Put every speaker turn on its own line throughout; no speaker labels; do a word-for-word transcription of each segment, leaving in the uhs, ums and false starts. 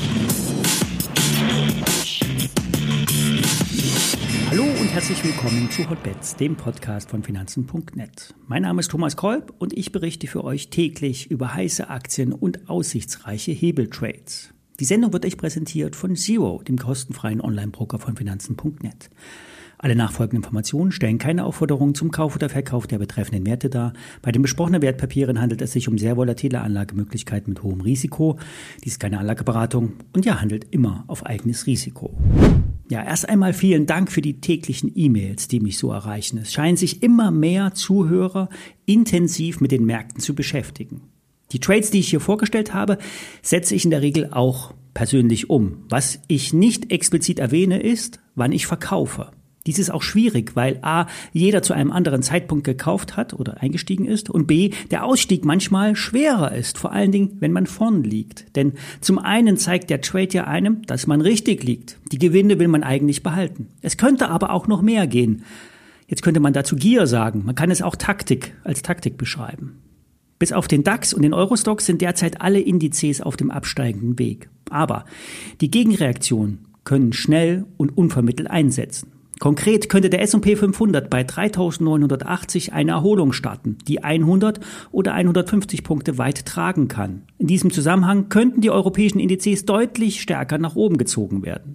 Hallo und herzlich willkommen zu Hotbets, dem Podcast von Finanzen Punkt net. Mein Name ist Thomas Kolb und ich berichte für euch täglich über heiße Aktien und aussichtsreiche Hebeltrades. Die Sendung wird euch präsentiert von Zero, dem kostenfreien Online-Broker von Finanzen Punkt net. Alle nachfolgenden Informationen stellen keine Aufforderung zum Kauf oder Verkauf der betreffenden Werte dar. Bei den besprochenen Wertpapieren handelt es sich um sehr volatile Anlagemöglichkeiten mit hohem Risiko. Dies ist keine Anlageberatung und ja, handelt immer auf eigenes Risiko. Ja, erst einmal vielen Dank für die täglichen E-Mails, die mich so erreichen. Es scheinen sich immer mehr Zuhörer intensiv mit den Märkten zu beschäftigen. Die Trades, die ich hier vorgestellt habe, setze ich in der Regel auch persönlich um. Was ich nicht explizit erwähne, ist, wann ich verkaufe. Dies ist auch schwierig, weil a. jeder zu einem anderen Zeitpunkt gekauft hat oder eingestiegen ist und b. der Ausstieg manchmal schwerer ist, vor allen Dingen, wenn man vorn liegt. Denn zum einen zeigt der Trade ja einem, dass man richtig liegt. Die Gewinne will man eigentlich behalten. Es könnte aber auch noch mehr gehen. Jetzt könnte man dazu Gier sagen. Man kann es auch Taktik als Taktik beschreiben. Bis auf den DAX und den Eurostoxx sind derzeit alle Indizes auf dem absteigenden Weg. Aber die Gegenreaktionen können schnell und unvermittelt einsetzen. Konkret könnte der S und P fünfhundert bei dreitausendneunhundertachtzig eine Erholung starten, die hundert oder hundertfünfzig Punkte weit tragen kann. In diesem Zusammenhang könnten die europäischen Indizes deutlich stärker nach oben gezogen werden.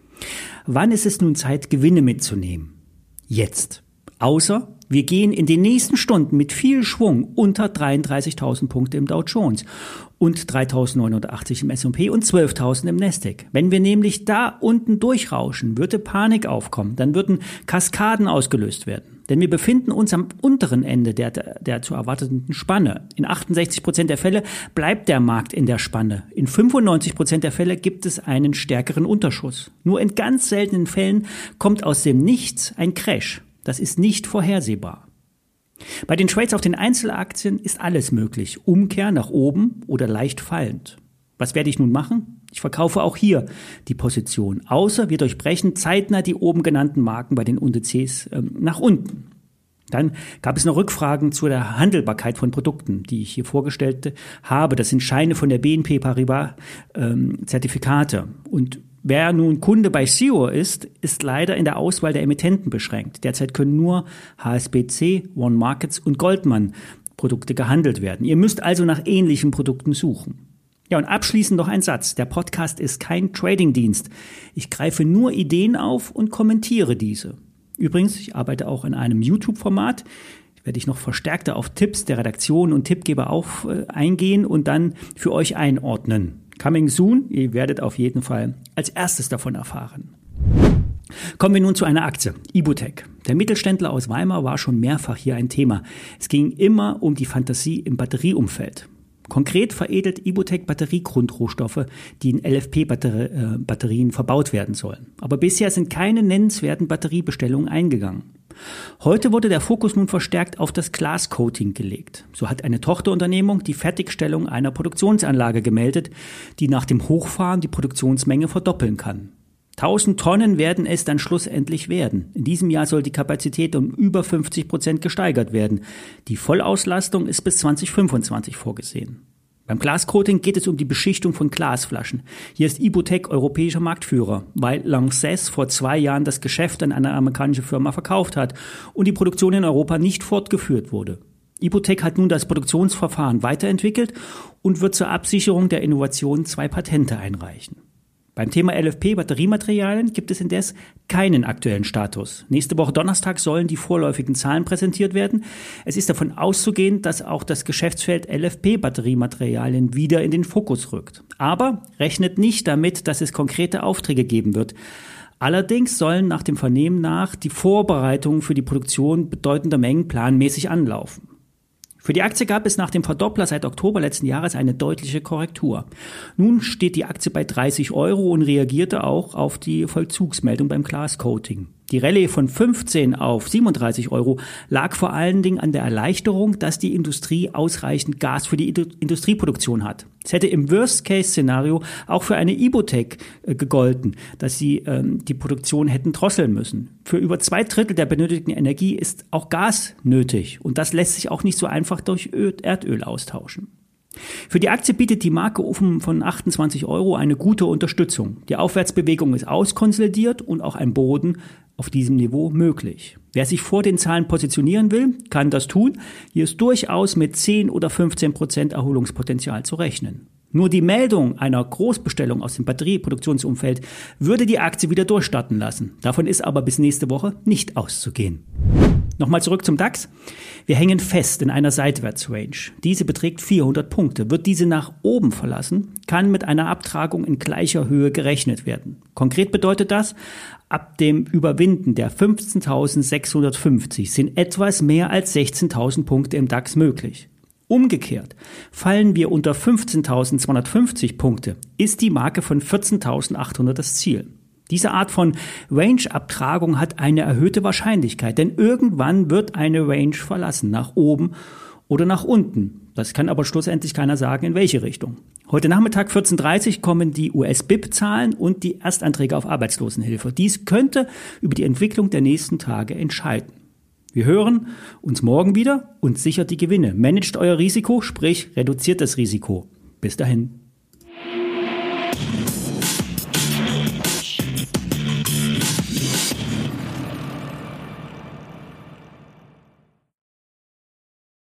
Wann ist es nun Zeit, Gewinne mitzunehmen? Jetzt. Außer wir gehen in den nächsten Stunden mit viel Schwung unter dreiunddreißigtausend Punkte im Dow Jones und dreitausendneunhundertachtzig im S und P und zwölftausend im Nasdaq. Wenn wir nämlich da unten durchrauschen, würde Panik aufkommen, dann würden Kaskaden ausgelöst werden. Denn wir befinden uns am unteren Ende der, der, der zu erwartenden Spanne. In achtundsechzig Prozent der Fälle bleibt der Markt in der Spanne. In fünfundneunzig Prozent der Fälle gibt es einen stärkeren Unterschuss. Nur in ganz seltenen Fällen kommt aus dem Nichts ein Crash. Das ist nicht vorhersehbar. Bei den Trades auf den Einzelaktien ist alles möglich. Umkehr nach oben oder leicht fallend. Was werde ich nun machen? Ich verkaufe auch hier die Position. Außer wir durchbrechen zeitnah die oben genannten Marken bei den Indizes ähm, nach unten. Dann gab es noch Rückfragen zu der Handelbarkeit von Produkten, die ich hier vorgestellt habe. Das sind Scheine von der B N P Paribas ähm, Zertifikate. Und wer nun Kunde bei Zero ist, ist leider in der Auswahl der Emittenten beschränkt. Derzeit können nur H S B C, One Markets und Goldman Produkte gehandelt werden. Ihr müsst also nach ähnlichen Produkten suchen. Ja, und abschließend noch ein Satz. Der Podcast ist kein Trading-Dienst. Ich greife nur Ideen auf und kommentiere diese. Übrigens, ich arbeite auch in einem YouTube-Format. Ich werde ich noch verstärkter auf Tipps der Redaktion und Tippgeber auf, äh, eingehen und dann für euch einordnen. Coming soon, ihr werdet auf jeden Fall als erstes davon erfahren. Kommen wir nun zu einer Aktie, Ibutec. Der Mittelständler aus Weimar war schon mehrfach hier ein Thema. Es ging immer um die Fantasie im Batterieumfeld. Konkret veredelt Ibutec Batteriegrundrohstoffe, die in L F P-Batterien verbaut werden sollen. Aber bisher sind keine nennenswerten Batteriebestellungen eingegangen. Heute wurde der Fokus nun verstärkt auf das Glascoating gelegt. So hat eine Tochterunternehmung die Fertigstellung einer Produktionsanlage gemeldet, die nach dem Hochfahren die Produktionsmenge verdoppeln kann. tausend Tonnen werden es dann schlussendlich werden. In diesem Jahr soll die Kapazität um über fünfzig Prozent gesteigert werden. Die Vollauslastung ist bis zweitausendfünfundzwanzig vorgesehen. Beim Glascoating geht es um die Beschichtung von Glasflaschen. Hier ist Ibutec europäischer Marktführer, weil Lanxess vor zwei Jahren das Geschäft an eine amerikanische Firma verkauft hat und die Produktion in Europa nicht fortgeführt wurde. Ibutec hat nun das Produktionsverfahren weiterentwickelt und wird zur Absicherung der Innovation zwei Patente einreichen. Beim Thema L F P-Batteriematerialien gibt es indes keinen aktuellen Status. Nächste Woche Donnerstag sollen die vorläufigen Zahlen präsentiert werden. Es ist davon auszugehen, dass auch das Geschäftsfeld L F P-Batteriematerialien wieder in den Fokus rückt. Aber rechnet nicht damit, dass es konkrete Aufträge geben wird. Allerdings sollen nach dem Vernehmen nach die Vorbereitungen für die Produktion bedeutender Mengen planmäßig anlaufen. Für die Aktie gab es nach dem Verdoppler seit Oktober letzten Jahres eine deutliche Korrektur. Nun steht die Aktie bei dreißig Euro und reagierte auch auf die Vollzugsmeldung beim Glascoating. Die Rallye von fünfzehn auf siebenunddreißig Euro lag vor allen Dingen an der Erleichterung, dass die Industrie ausreichend Gas für die Industrieproduktion hat. Es hätte im Worst-Case-Szenario auch für eine Ibutec äh, gegolten, dass sie ähm, die Produktion hätten drosseln müssen. Für über zwei Drittel der benötigten Energie ist auch Gas nötig und das lässt sich auch nicht so einfach durch Öl, Erdöl austauschen. Für die Aktie bietet die Marke oben von achtundzwanzig Euro eine gute Unterstützung. Die Aufwärtsbewegung ist auskonsolidiert und auch ein Boden auf diesem Niveau möglich. Wer sich vor den Zahlen positionieren will, kann das tun. Hier ist durchaus mit zehn oder fünfzehn Prozent Erholungspotenzial zu rechnen. Nur die Meldung einer Großbestellung aus dem Batterieproduktionsumfeld würde die Aktie wieder durchstarten lassen. Davon ist aber bis nächste Woche nicht auszugehen. Nochmal zurück zum DAX. Wir hängen fest in einer Seitwärtsrange. Diese beträgt vierhundert Punkte. Wird diese nach oben verlassen, kann mit einer Abtragung in gleicher Höhe gerechnet werden. Konkret bedeutet das, ab dem Überwinden der fünfzehntausendsechshundertfünfzig sind etwas mehr als sechzehntausend Punkte im DAX möglich. Umgekehrt, fallen wir unter fünfzehntausendzweihundertfünfzig Punkte, ist die Marke von vierzehntausendachthundert das Ziel. Diese Art von Range-Abtragung hat eine erhöhte Wahrscheinlichkeit, denn irgendwann wird eine Range verlassen, nach oben oder nach unten. Das kann aber schlussendlich keiner sagen, in welche Richtung. Heute Nachmittag vierzehn Uhr dreißig kommen die U S-B I P-Zahlen und die Erstanträge auf Arbeitslosenhilfe. Dies könnte über die Entwicklung der nächsten Tage entscheiden. Wir hören uns morgen wieder und sichert die Gewinne. Managt euer Risiko, sprich reduziert das Risiko. Bis dahin.